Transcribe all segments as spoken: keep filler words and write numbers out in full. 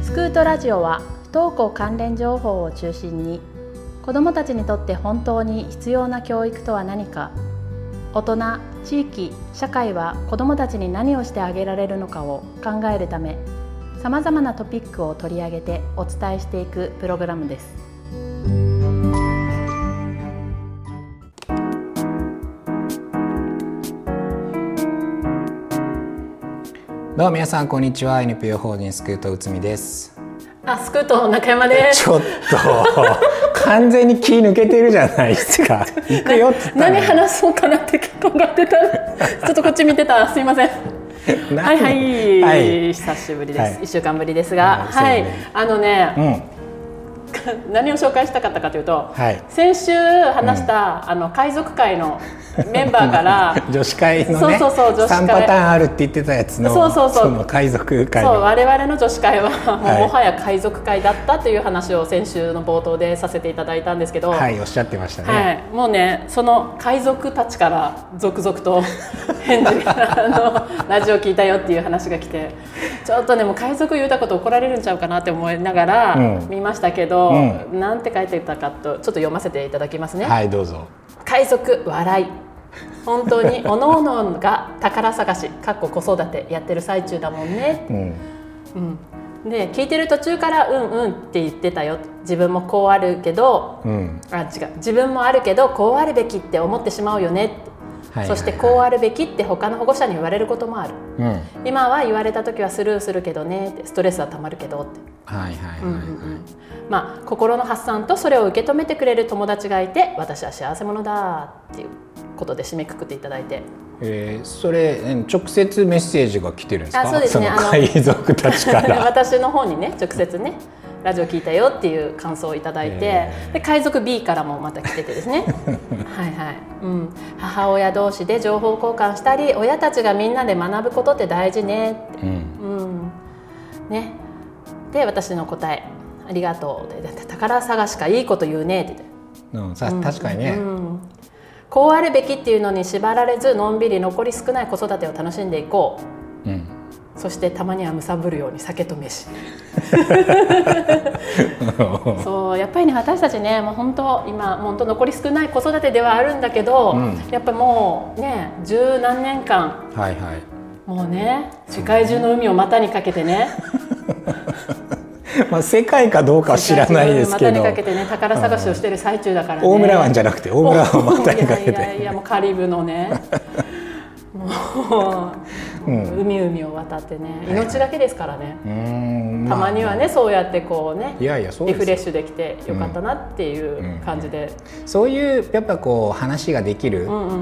スクートラジオは不登校関連情報を中心に子どもたちにとって本当に必要な教育とは何か、大人、地域、社会は子どもたちに何をしてあげられるのかを考えるため、さまざまなトピックを取り上げてお伝えしていくプログラムです。 どうも皆さんこんにちは。 エヌピーオー 法人スクートうつみです。 あ、スクート中山です。 ちょっと完全に気抜けてるじゃないですか。行くよって言ったのに何話そうかなって考えてたちょっとこっち見てた、すいませんはいはい、はい、久しぶりです、はい、いっしゅうかんぶりですが、はい、はい、あのね、うん、何を紹介したかったかというと、はい、先週話した、うん、あの海賊会のメンバーから女子会のね、そうそうそう、女子会さんパターンあるって言ってたやつの、そうそうそう、その海賊会の、そう、我々の女子会はもうもはや海賊会だったという話を先週の冒頭でさせていただいたんですけど、 はい、おっしゃってましたね、 はい、もうね、その海賊たちから続々と返事があのラジオ聞いたよっていう話が来て、ちょっとね、もう海賊言うたこと怒られるんちゃうかなって思いながら見ましたけど、うんうん、なんて書いてたかとちょっと読ませていただきますね。 はい、どうぞ。 海賊笑い、本当におのおのが宝探しかっこ子育てやってる最中だもんね、うんうん、で聞いてる途中からうんうんって言ってたよ。自分もこうあるけど、うん、あ、違う、自分もあるけどこうあるべきって思ってしまうよねって、はいはいはい、そしてこうあるべきって他の保護者に言われることもある、うん、今は言われた時はスルーするけどねって、ストレスはたまるけどって、はいはいはいはい、うんうんうん、まあ、心の発散とそれを受け止めてくれる友達がいて、私は幸せ者だっていうことで締めくくっていただいて、 えー、それ直接メッセージが来てるんですか？ あ、そうですね、 その海賊たちから私の方にね、直接ね、ラジオ聞いたよっていう感想をいただいて、えー、で海賊 ビー からもまた来ててですねはいはい、うん、母親同士で情報交換したり、親たちがみんなで学ぶことって大事ねって、うんうん、ね、で私の答え、ありがとうで、宝探しかいいこと言うねって言って、うん、さ、 うん、確かにね、うん、 こうあるべきっていうのに縛られず、のんびり残り少ない子育てを楽しんでいこう、うん、そしてたまにはむさぶるように酒と飯そう、やっぱりね、私たちね、もう本当今本当残り少ない子育てではあるんだけど、うん、やっぱもうね、十何年間、はいはい、もうね、世界中の海を股にかけてねまあ世界かどうかは知らないですけど、 股にかけてね、宝探しをしてる最中だからね。 大村湾じゃなくて大村湾を股にかけて、いやいやいや、もうカリブのねもう、うん、海海を渡ってね、命だけですからね、はい、うーん、たまにはね、そうやってこうね、いやいや、そうです、リフレッシュできてよかったなっていう感じで、うんうんうん、 そういうやっぱこう話ができる、うんうんうん、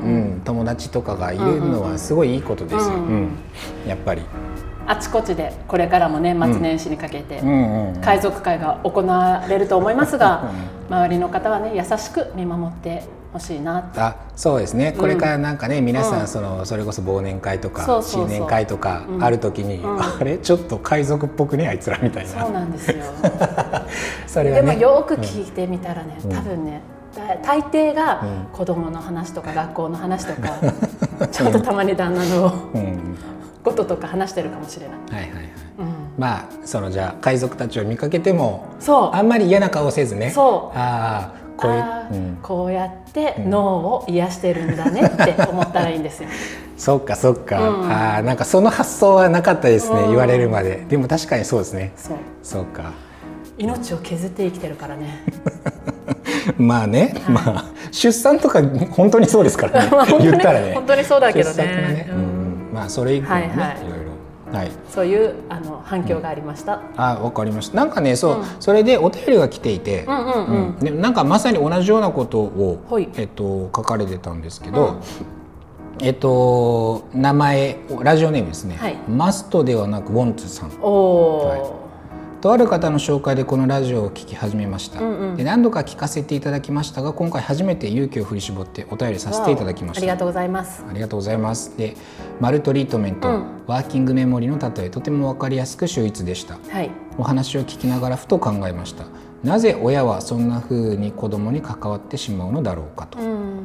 友達とかがいるのはすごいいいことですよ、うんうんうん、やっぱりあちこちでこれからも年末年始にかけて海賊会が行われると思いますが、周りの方はね、優しく見守ってほしいなって。 あ、そうですね、これからなんかね、うん、皆さんそのそれこそ忘年会とか新年会とかある時に、うん、あれちょっと海賊っぽくね、あいつらみたいな。 そうなんですよそれは、ね、 でもよく聞いてみたらね、うん、多分ね、大抵が子供の話とか学校の話とか、うん、ちょっとたまに旦那の、うんこととか話してるかもしれない。はいはいはい、うん、 まあそのじゃあ海賊たちを見かけても、そう、あんまり嫌な顔せずね、そう、あこういう、うん、こうやって脳を癒してるんだねって思ったらいいんですよ。 そっかそっか、うん、あ、なんかその発想はなかったですね、うん、言われるまで。でも確かにそうですね。そう、そうか、 命を削って生きてるからねまあね、はい、まあ出産とか本当にそうですからね言ったらね、 本当にそうだけどね、出産とかね、うん、 まあそれ以降ね、はいはい、いろいろ、はい、 そういうあの反響がありました、うん、 あ、わかりました。なんかね、そう、うん、それでお便りが来ていて、うんうんうんうん、でなんかまさに同じようなことを、えっと、書かれてたんですけど、うん、えっと、名前ラジオネームですね、はい、マストではなくウォンツさん、お、はい、とある方の紹介でこのラジオを聞き始めました、うんうん、で何度か聞かせていただきましたが、今回初めて勇気を振り絞ってお便りさせていただきました。 ありがとうございます。 ありがとうございます。で、マルトリートメント、うん、ワーキングメモリの例え、とても分かりやすく秀逸でした、はい、お話を聞きながらふと考えました。なぜ親はそんな風に子供に関わってしまうのだろうかと。うん、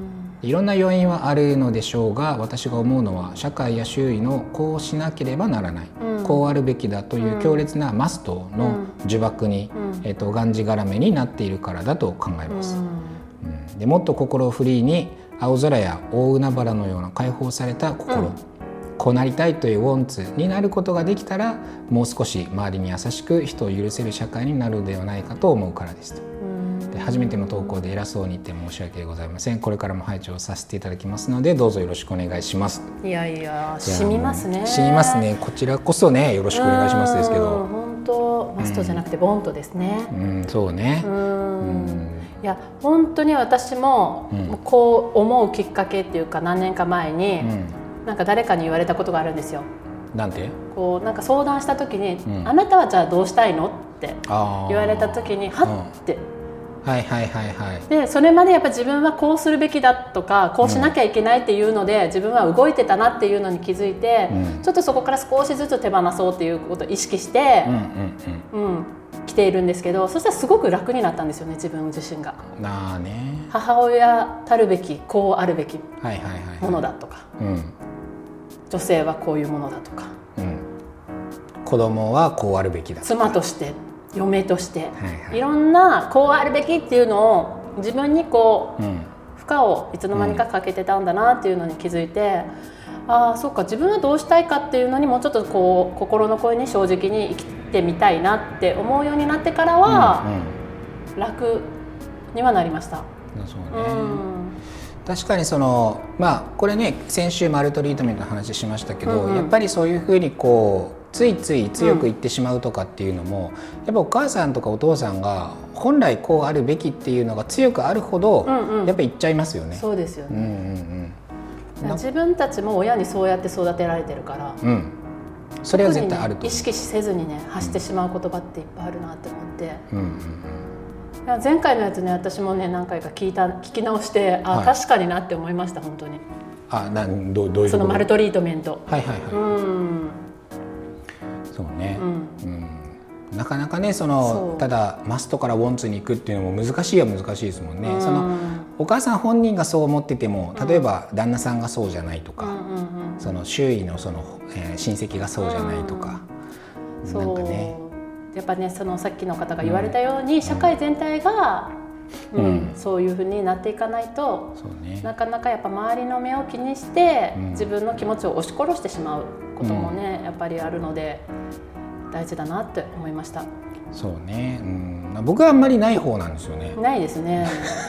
いろんな要因はあるのでしょうが、私が思うのは社会や周囲のこうしなければならない、うん、こうあるべきだという強烈なマストの呪縛に、うんえー、とがんじがらめになっているからだと考えます、うんうん、でもっと心をフリーに青空や大海原のような解放された心、うん、こうなりたいというウォンツになることができたら、もう少し周りに優しく人を許せる社会になるのではないかと思うからですと。で初めての投稿で偉そうに言って申し訳ございません。これからも拝聴させていただきますのでどうぞよろしくお願いします。 いやいや染みますね。 染みますね。こちらこそねよろしくお願いしますですけど、 本当マストじゃなくてボントですね。 うん、うん、そうね。うんうんいや本当に私も、うん、こう思うきっかけっていうか何年か前に、うん、なんか誰かに言われたことがあるんですよ。 なんて？ こうなんか相談した時に、うん、あなたはじゃあどうしたいのって言われた時にはっって、 うん、はいはいはいはい。 でそれまでやっぱ自分はこうするべきだとかこうしなきゃいけないっていうので、うん、自分は動いてたなっていうのに気づいて、うん、ちょっとそこから少しずつ手放そうっていうことを意識して、うんうんうんうん、来ているんですけど、そしたらすごく楽になったんですよね、自分自身が。 なあね、 母親たるべきこうあるべきものだとか、はいはいはいはい、うん、女性はこういうものだとか、うん、 子供はこうあるべきだとか、 妻として嫁として、はいはい、いろんなこうあるべきっていうのを自分にこう、うん、負荷をいつの間にかかけてたんだなっていうのに気づいて、うん、ああそうか、自分はどうしたいかっていうのにもうちょっとこう心の声に正直に生きてみたいなって思うようになってからは、うんうん、楽にはなりました。 そうね、うん、確かにそのまあこれね先週マルトリートメントの話しましたけど、うんうん、やっぱりそういうふうにこうついつい強く言ってしまうとかっていうのも、うん、やっぱお母さんとかお父さんが本来こうあるべきっていうのが強くあるほど、うんうん、やっぱ言っちゃいますよね。 そうですよね、うんうんうん、自分たちも親にそうやって育てられてるから、うん、 それは絶対あると、 ね、意識せずにね発してしまう言葉っていっぱいあるなって思って、うんうんうん、前回のやつね私もね何回か聞いた聞き直してあ、はい、確かになって思いました本当に。 あなんどどういうそのマルトリートメント、 はいはいはい、うんそうね、うんうん、なかなかねそのただマストからウォンツに行くっていうのも難しいは難しいですもんね、うん、そのお母さん本人がそう思ってても例えば旦那さんがそうじゃないとか、うんうんうん、その周囲のその、えー、親戚がそうじゃないとか、うん、なんかねやっぱねそのさっきの方が言われたように、うん、社会全体が、うんうん、そういう風になっていかないと、そうね、なかなかやっぱ周りの目を気にして、うん、自分の気持ちを押し殺してしまうこともね、うん、やっぱりあるので大事だなって思いました。 そうね、うん、僕はあんまりない方なんですよね。 ないですねね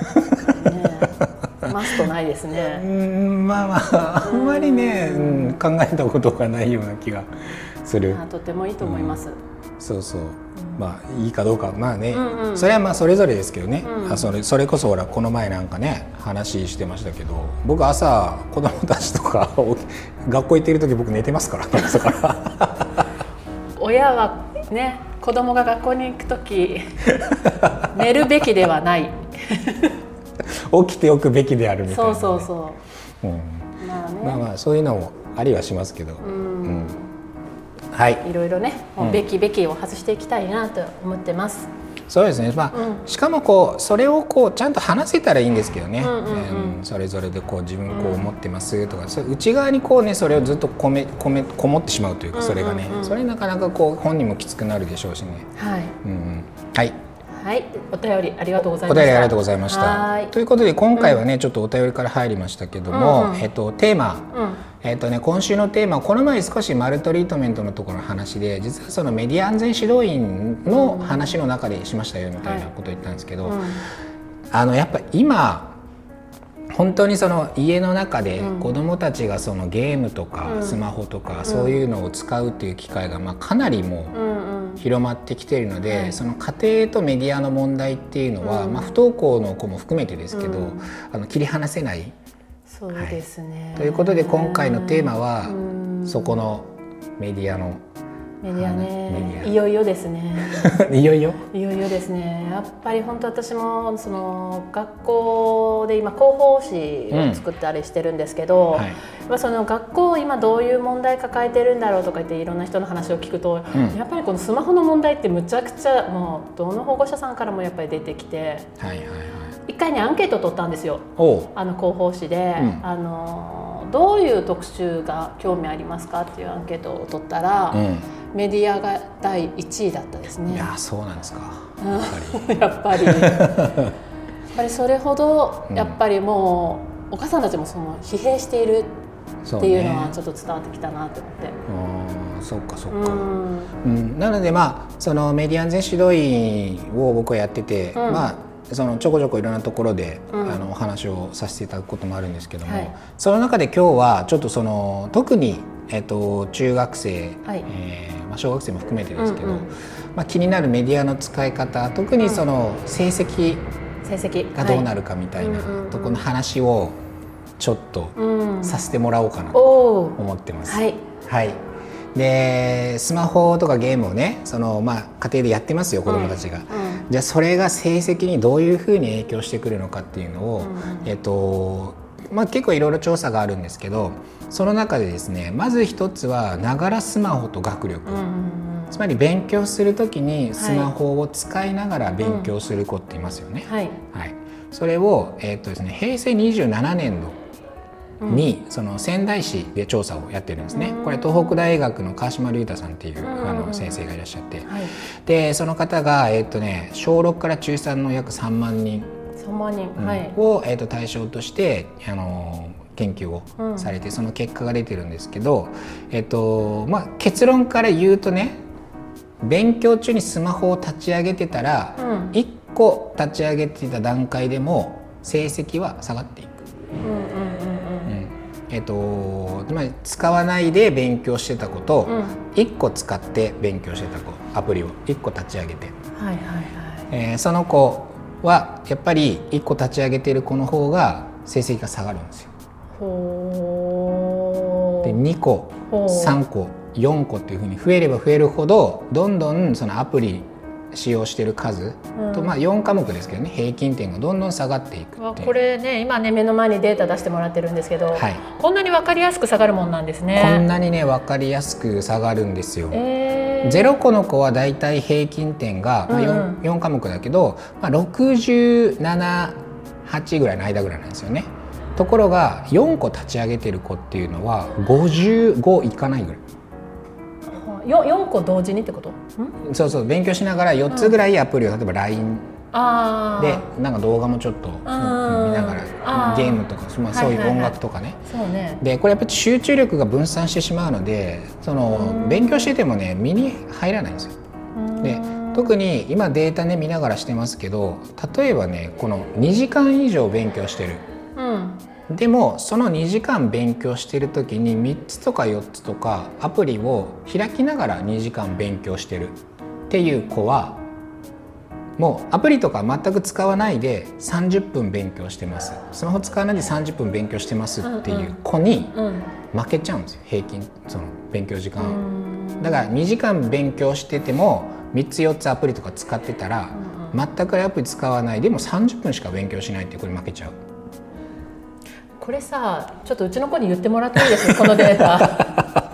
マストないですね。 うんまあまああんまりね、うん、考えたことがないような気がする。 とてもいいと思います、うん、 そうそう、うん、まあいいかどうかまあね、うんうん、それはまあそれぞれですけどね、うん、あそれ、それこそほらこの前なんかね話してましたけど、僕朝子供たちとか学校行ってる時僕寝てますから朝から親はね子供が学校に行く時寝るべきではない起きておくべきであるみたいな、ね、 そうそうそう、うん、 まあね、まあまあそういうのもありはしますけど、うんうん、はい、 いろいろね、もうべきべきを外していきたいなと思ってます。 そうですね、まあうん、しかもこうそれをこうちゃんと話せたらいいんですけどね、うんうんうんうん、それぞれでこう自分こう思ってますとか、うん、それ内側にこうねそれをずっとこめこめこもってしまうというか、それがね、うんうんうん、それなかなかこう本人もきつくなるでしょうしね。はい、うんうん、はいはい、お便りありがとうございました。 お便りありがとうございました。ということで今回はね、うん、ちょっとお便りから入りましたけども、うんうん、えっとテーマ、うん、えっとね今週のテーマ、この前少しマルトリートメントのところの話で、実はそのメディア安全指導員の話の中でしましたよみたいなことを言ったんですけど、うんはい、あのやっぱ今本当にその家の中で子どもたちがそのゲームとかスマホとかそういうのを使うっていう機会がまあかなりもう広まってきているので、その家庭とメディアの問題っていうのはまあ不登校の子も含めてですけど、あの切り離せない。 そうですね、 はい、ということで今回のテーマはそこのメディアのメディアね、いよいよですねいよいよいよいよですね。やっぱり本当私もその学校で今広報誌を作ったりしてるんですけど、うんはい、その学校今どういう問題抱えてるんだろうとか言っていろんな人の話を聞くと、うん、やっぱりこのスマホの問題ってむちゃくちゃもうどの保護者さんからもやっぱり出てきて、はいはいはい、 一回ねアンケートを取ったんですよ。あの広報誌で、うん、あのどういう特集が興味ありますかっていうアンケートを取ったら、うん、メディアがだいいちいだったですね。 いやそうなんですか。 やっぱりやっぱりそれほどやっぱりもう、うん、お母さんたちもその疲弊しているっていうのはちょっと伝わってきたなと思って。 そうかそうか、うんうん、なのでまあそのメディア安全指導員を僕はやってて、うん、まあそのちょこちょこいろんなところで、うん、あのお話をさせていただくこともあるんですけども、はい、その中で今日はちょっとその特に、えっと、中学生、はい、えーまあ、小学生も含めてですけど、うんうん、まあ、気になるメディアの使い方、特にその成績がどうなるかみたいなところの話をちょっとさせてもらおうかなと思ってます。はい、はい、でスマホとかゲームをねその、まあ、家庭でやってますよ子どもたちが、うんうん、じゃあそれが成績にどういうふうに影響してくるのかっていうのを、うん、えっとまあ、結構いろいろ調査があるんですけど、その中でですねまず一つはながらスマホと学力、うんうんうん、つまり勉強するときにスマホを使いながら勉強する子っていますよね、はいはい、それを、えっとですね、へいせいにじゅうななねんどに、うん、その仙台市で調査をやってるんですね。これ東北大学の川島隆太さんっていう、うん、あの先生がいらっしゃって、はい、でその方が、えっとね、しょうろくからちゅうさんの約さんまんにんさんまんにん、うん、はい、 を、えー、と対象としてあの研究をされて、うん、その結果が出てるんですけど、えーとまあ、結論から言うとね、勉強中にスマホを立ち上げてたら、うん、いっこ立ち上げてた段階でも成績は下がっていく。えーとつまり使わないで勉強してた子と、うん、いっこ使って勉強してた子、アプリをいっこ立ち上げて、はいはいはい、えー、その子はやっぱりいっこ立ち上げてる子の方が成績が下がるんですよ。ほーでにこさんこよんこっていうふうに増えれば増えるほどどんどんそのアプリ使用してる数と、うん、まあよんかもくですけどね、平均点がどんどん下がっていくっていう。 これね今ね目の前にデータ出してもらってるんですけど、はい、こんなに分かりやすく下がるもんなんですね。 こんなにね分かりやすく下がるんですよ、えー、ゼロこの子はだいたい平均点が、まあ 4, 4科目だけど、まあ、ろくじゅうなな、はちぐらいの間ぐらいなんですよね。ところがよんこ立ち上げてる子っていうのはごじゅうごいかないぐらい。 よんこ同時にってこと？ んそうそう、勉強しながらよっつぐらいアプリを、例えば ライン でなんか動画もちょっと見ながらゲームとか、まあ、そういう音楽とかね、はいはいはい、そうね。でこれやっぱり集中力が分散してしまうので、その勉強しててもね身に入らないんですよ。で特に今データね見ながらしてますけど、例えばねこのにじかん以上勉強してる、うん、でもそのにじかん勉強してる時にみっつとかよっつとかアプリを開きながらにじかん勉強してるっていう子は、もうアプリとか全く使わないでさんじゅっぷん勉強してます、スマホ使わないでさんじゅっぷん勉強してますっていう子に負けちゃうんですよ、平均その勉強時間。だからにじかん勉強しててもみっつよっつアプリとか使ってたら、全くアプリ使わないでもさんじゅっぷんしか勉強しないって、これ負けちゃう。 これさ、ちょっとうちの子に言ってもらっていいですかこのデータ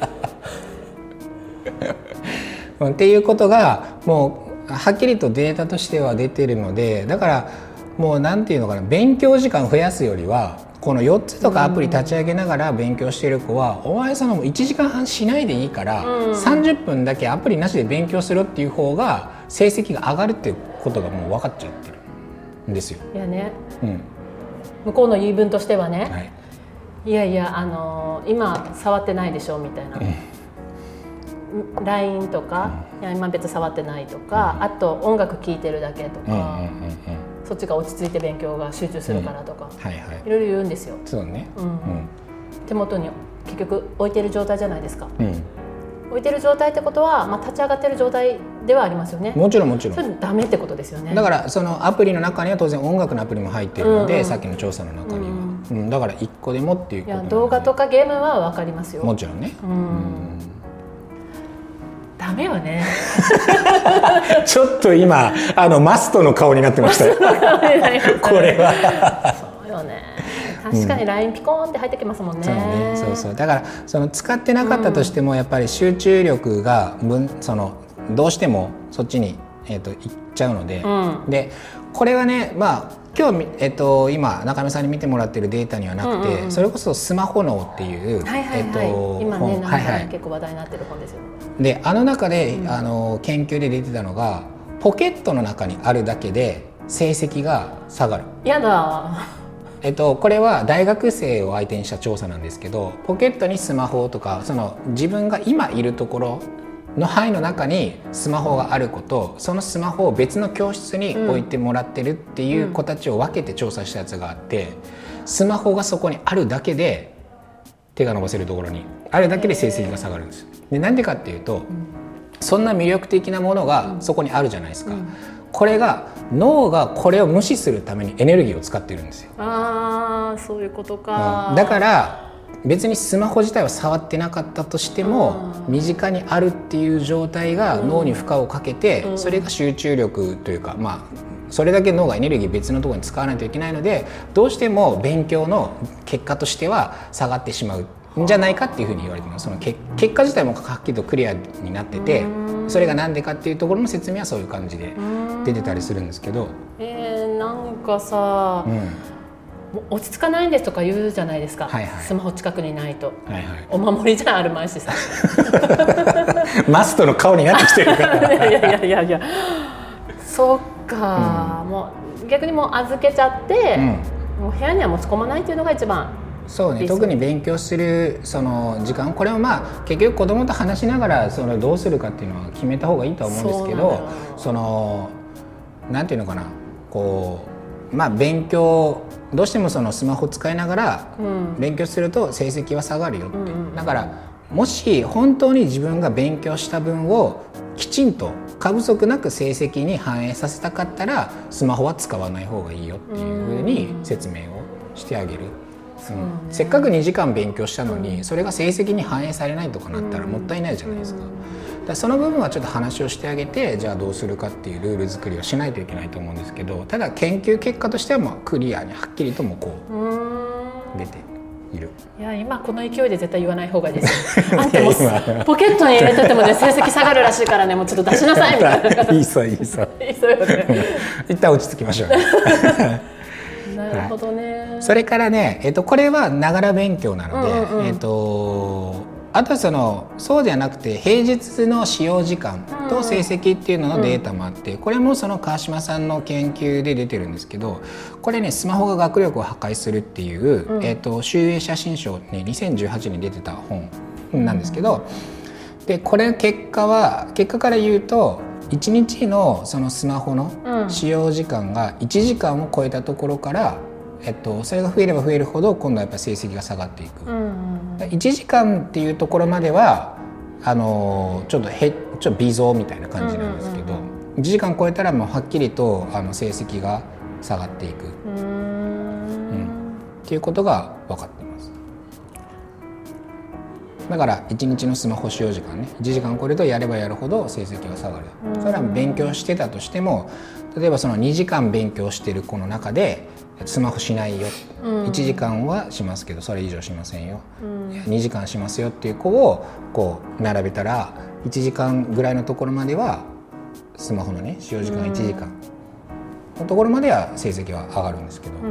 っていうことがもうはっきりとデータとしては出てるので、だからもうなんていうのかな、勉強時間増やすよりはこのよっつとかアプリ立ち上げながら勉強している子は、お前そのいちじかんはんしないでいいからさんじゅっぷんだけアプリなしで勉強するっていう方が成績が上がるっていうことがもう分かっちゃってるんですよ。 いやね、うん、向こうの言い分としてはね、はい、いやいや、あのー、今触ってないでしょみたいな、うん、ライン とか、うん、いや今別に触ってないとか、うん、あと音楽聴いてるだけとか、うんうんうんうん、そっちが落ち着いて勉強が集中するからとか、うん、はいはい、いろいろ言うんですよ。 そうね、うんうん、 手元に結局置いてる状態じゃないですか、うん、置いてる状態ってことは、まあ、立ち上がってる状態ではありますよね。 もちろんもちろん。 それダメってことですよね。 だからそのアプリの中には当然音楽のアプリも入っているので、うんうん、さっきの調査の中には、うんうん、だからいっこでもっていうことなので。いや動画とかゲームは分かりますよ。 もちろんね、うんうん、 ダメはねちょっと今あのマストの顔になってましたよこれはそうよね、確かに ライン ピコーンって入ってきますもんね。 そうね、そうそう。だからその使ってなかったとしても、やっぱり集中力が分そのどうしてもそっちに、えーと、いっちゃうので、うん、でこれはね、まあ今日、えっと、今中野さんに見てもらってるデータにはなくて、うんうんうん、それこそスマホ脳っていう、 はいはいはい、えっと、今ね、はいはい、結構話題になってる本ですよね。 であの中で、うん、あの研究で出てたのがポケットの中にあるだけで成績が下がる。 やだ、 えっと、これは大学生を相手にした調査なんですけど、ポケットにスマホとかその自分が今いるところの範囲の中にスマホがある子と、そのスマホを別の教室に置いてもらってるっていう子たちを分けて調査したやつがあって、スマホがそこにあるだけで手が伸ばせるところにあるだけで成績が下がるんですよ。でなんでかっていうと、そんな魅力的なものがそこにあるじゃないですか、うん、これが脳がこれを無視するためにエネルギーを使ってるんですよ。 あー、そういうことか、 うん、だから別にスマホ自体は触ってなかったとしても、うん、身近にあるっていう状態が脳に負荷をかけて、うん、それが集中力というか、まあそれだけ脳がエネルギー別のところに使わないといけないので、どうしても勉強の結果としては下がってしまうんじゃないかっていうふうに言われてます。その結果自体もはっきりとクリアになってて、それがなんでかっていうところの説明はそういう感じで出てたりするんですけど、 えー、なんかさ、うん、落ち着かないんですとか言うじゃないですか、はいはい、スマホ近くにないと、はいはい、お守りじゃあるまいしさマストの顔になってきてるからいやいやいやいや、そうか、うん、もう逆にもう預けちゃって、うん、もう部屋には持ち込まないっていうのが一番。 そうね、特に勉強するその時間、これをまあ結局子どもと話しながらそのどうするかっていうのは決めた方がいいとは思うんですけど、そのなんていうのかな、こうまあ勉強どうしてもそのスマホ使いながら勉強すると成績は下がるよって、うん、だからもし本当に自分が勉強した分をきちんと過不足なく成績に反映させたかったらスマホは使わない方がいいよっていうふうに説明をしてあげる。うんね、せっかくにじかん勉強したのにそれが成績に反映されないとかなったらもったいないじゃないですか。だからその部分はちょっと話をしてあげて、じゃあどうするかっていうルール作りをしないといけないと思うんですけど、ただ研究結果としてはまあクリアにはっきりともこう出ている。 いや今この勢いで絶対言わない方がいいですよあんたもポケットに入れててもね成績下がるらしいからね、もうちょっと出しなさいみたいないいさいいさいいさよね一旦落ち着きましょうなるほどね、 はい、それからね、えっと、これはながら勉強なので、うんうん、えっと、あとはそのそうじゃなくて平日の使用時間と成績っていうののデータもあって、これもその川島さんの研究で出てるんですけど、これねスマホが学力を破壊するっていう、うん、えっと、集英写真賞ねにせんじゅうはちねんに出てた本なんですけど、でこれ結果は結果から言うといちにちのそのスマホの使用時間がいちじかんを超えたところから、えっと、それが増えれば増えるほど今度はやっぱり成績が下がっていく、うんうん、いちじかんっていうところまではあのちょっとへちょっと微増みたいな感じなんですけど、うんうんうん、いちじかん超えたらもうはっきりとあの成績が下がっていく、うん、うん、っていうことが分かっています。だからいちにちのスマホ使用時間ねいちじかん超えるとやればやるほど成績が下がる。それは勉強してたとしても、例えばそのにじかん勉強してる子の中でスマホしないよ、うん、いちじかんはしますけどそれ以上しませんよ、うん、にじかんしますよっていう子をこう並べたらいちじかんぐらいのところまではスマホのね使用時間いちじかんのところまでは成績は上がるんですけど、うん、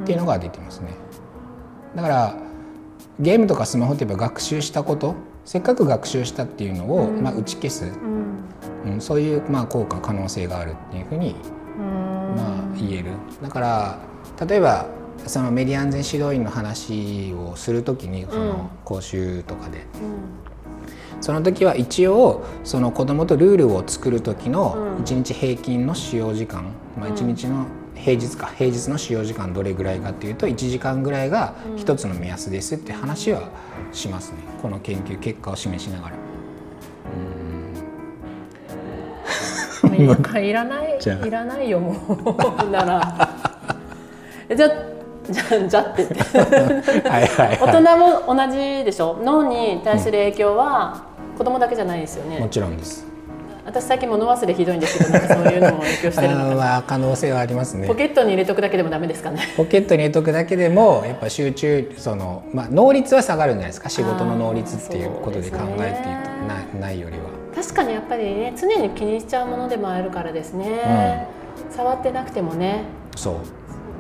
っていうのが出てますね。だからゲームとかスマホってやっぱ学習したこと、せっかく学習したっていうのを、うん、まあ、打ち消す、うんうん、そういうまあ効果可能性があるっていうふうに、まあ、言える。だから例えばそのメディア安全指導員の話をするときにその講習とかで、うん、その時は一応その子どもとルールを作る時のいちにち平均の使用時間、まあ、いちにちの平日か平日の使用時間どれぐらいかっていうといちじかんぐらいが一つの目安ですって話はしますね、この研究結果を示しながら。 うーんなんかいらないいらないよもうならじゃじゃじゃって言ってはいはい、はい、大人も同じでしょ。脳に対する影響は子供だけじゃないですよね。 もちろんです。 私最近物忘れひどいんですけど、なんかそういうのも影響してるのかなまあ可能性はありますね。 ポケットに入れとくだけでもダメですかね。 ポケットに入れとくだけでもやっぱ集中その、まあ、能率は下がるんじゃないですか。仕事の能率っていうことで考えていると な, ないよりは確かにやっぱりね常に気にしちゃうものでもあるからですね、うん、触ってなくてもねそう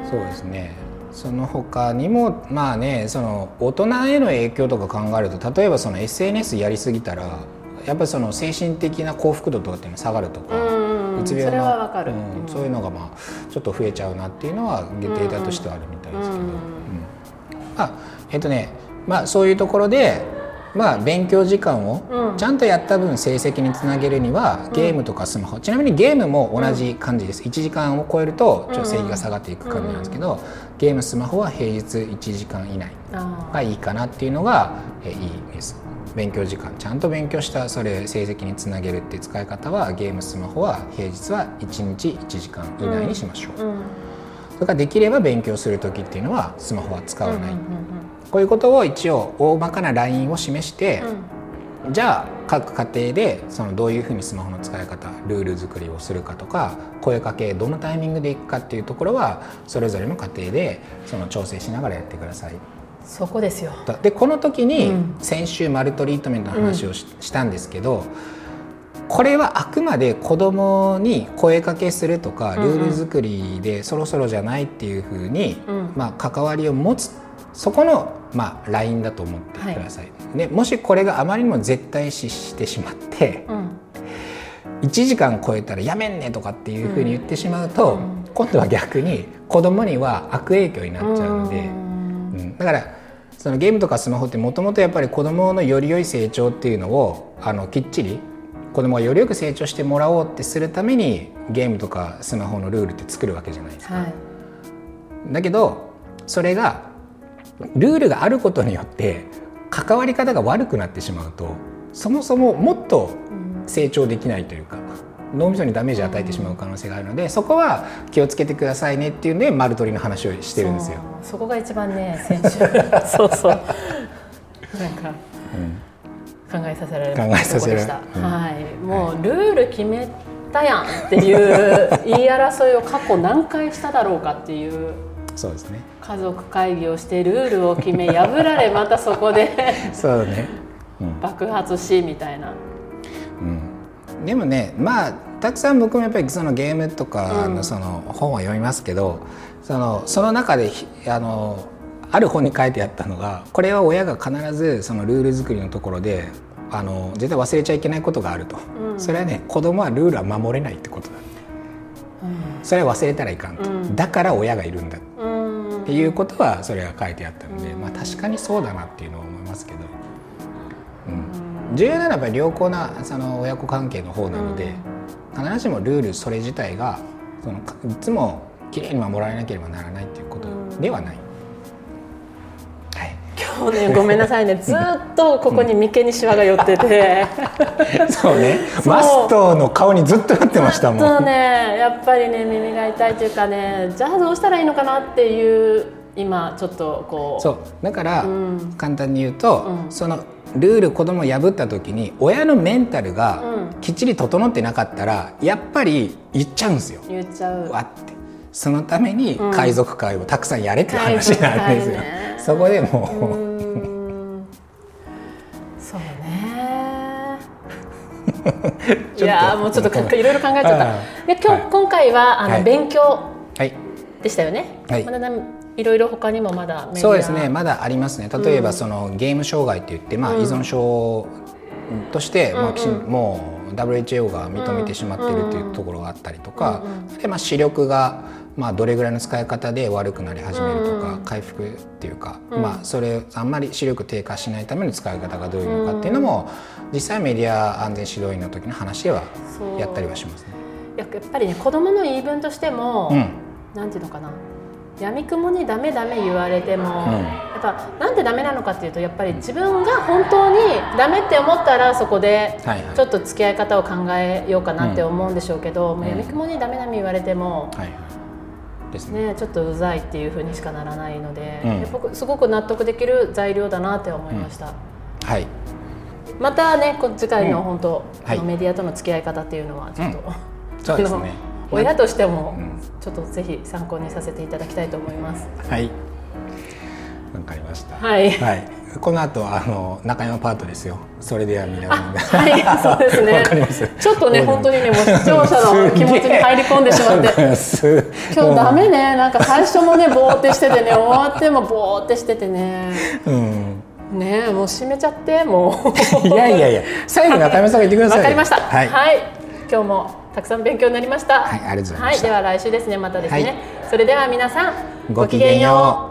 そうですね。その他にもまあね、その大人への影響とか考えると、例えばその エスエヌエス やりすぎたらやっぱりその精神的な幸福度とかっていうのが下がるとか、うつ病の、うん、そういうのがまあちょっと増えちゃうなっていうのはデータとしてはあるみたいですけど、うんうん、まあえっとねまあそういうところでまあ勉強時間をちゃんとやった分成績につなげるにはゲームとかスマホ、うん、ちなみにゲームも同じ感じです。いちじかんを超えるとちょっと成績が下がっていく感じなんですけど、ゲームスマホは平日いちじかん以内がいいかなっていうのがいいです。勉強時間ちゃんと勉強したそれ成績につなげるっていう使い方は、ゲームスマホは平日はいちにちいちじかん以内にしましょう、うんうん、それからできれば勉強する時っていうのはスマホは使わない、うんうんうん、こういうことを一応大まかなラインを示して、うん、じゃあ各家庭でそのどういうふうにスマホの使い方ルール作りをするかとか、声かけどのタイミングでいくかっていうところはそれぞれの家庭でその調整しながらやってください。 そこですよ。 でこの時に先週マルトリートメントの話を し,、うん、したんですけど、これはあくまで子どもに声かけするとかルール作りでそろそろじゃないっていうふうに、うんまあ、関わりを持つ、そこの、まあ、ラインだと思ってください、はい、でもしこれがあまりにも絶対視してしまって、うん、いちじかん超えたらやめんねとかっていうふうに言ってしまうと、うん、今度は逆に子どもには悪影響になっちゃうので、うんうん、だからそのゲームとかスマホってもともとやっぱり子どものより良い成長っていうのをあのきっちり子どもがよりよく成長してもらおうってするためにゲームとかスマホのルールって作るわけじゃないですか、はい、だけどそれがルールがあることによって関わり方が悪くなってしまうと、そもそももっと成長できないというか、脳みそにダメージを与えてしまう可能性があるので、そこは気をつけてくださいねっていうので丸取りの話をしてるんですよ。 そ, そこが一番ね先週そうそうなんか、うん、考えさせられるところでした、うんはい、もうルール決めたやんっていう言い争いを過去何回しただろうかっていうそうですね、 家族会議をしてルールを決め破られまたそこでそうね、うん、 爆発しみたいな、 うん、でもねまあたくさん僕もやっぱりそのゲームとかのその本は読みますけど、うん、そのその中であのある本に書いてあったのが、これは親が必ずそのルール作りのところであの絶対忘れちゃいけないことがあると、うん、それはね子供はルールは守れないってことだって、うん、それは忘れたらいかんと、うん、だから親がいるんだっていうことはそれが書いてあったので、まあ、確かにそうだなっていうのは思いますけど、うん、重要なのはやっぱり良好なその親子関係の方なので、うん、必ずしもルールそれ自体がそのいつもきれいに守られなければならないっていうことではない、うんはい、 今日ねごめんなさいねずっとここに眉間にシワが寄っててそうねマストの顔にずっとなってましたもん。 ずっとねやっぱりね耳が痛いというかね、じゃあどうしたらいいのかなっていう今ちょっとこうそうだから、うん、簡単に言うと、うん、そのルール子供を破った時に親のメンタルがきっちり整ってなかったら、うん、やっぱり言っちゃうんですよ。 言っちゃうわってそのために海賊会をたくさんやれって話なんですよ、ね、そこでもううんそうねいやもうちょっといろいろ考えちゃったで今日、はい、今回はあの、はい、勉強でしたよね、はい、まだいろいろ他にもまだメディアそうですねまだありますね。例えばその、うん、ゲーム障害って言って、まあ、依存症として、うんまあ、もう ダブリューエイチオー が認めてしまっているというところがあったりとか、うんでまあ、視力が、まあ、どれぐらいの使い方で悪くなり始めるとか、うん、回復っていうか、うんまあ、それあんまり視力低下しないための使い方がどういうのかっていうのも、うん、実際メディア安全指導員の時の話ではやったりはしますね。 やっぱりね子どもの言い分としても、うん、なんていうのかな闇雲にダメダメ言われても、うん、やっぱなんでダメなのかっていうとやっぱり自分が本当にダメって思ったらそこでちょっと付き合い方を考えようかなって思うんでしょうけど、うん、もう闇雲にダメダメ言われても、うんはいですねね、ちょっとうざいっていう風にしかならないので、うん、やっぱすごく納得できる材料だなって思いました、うんはい、またね次回の本当、うんはい、メディアとの付き合い方っていうのはちょっと、うん、 そうですね親としてもちょっとぜひ参考にさせていただきたいと思います。 はい、わかりました。 はい。 はいこの後あの中山パートですよ。それでは皆さんはいそうですね。わかります。ちょっとね本当にねもう視聴者の気持ちに入り込んでしまって今日ダメね。なんか最初もねボーってしててね終わってもボーってしててね。うんねえもう閉めちゃってもういやいやいや最後中山さんが言ってください。 わかりました。はい、はい、今日もたくさん勉強になりました。 はい、ありがとうございました。 はい、では来週ですねまたですね。 はい、 それでは皆さんごきげんよう。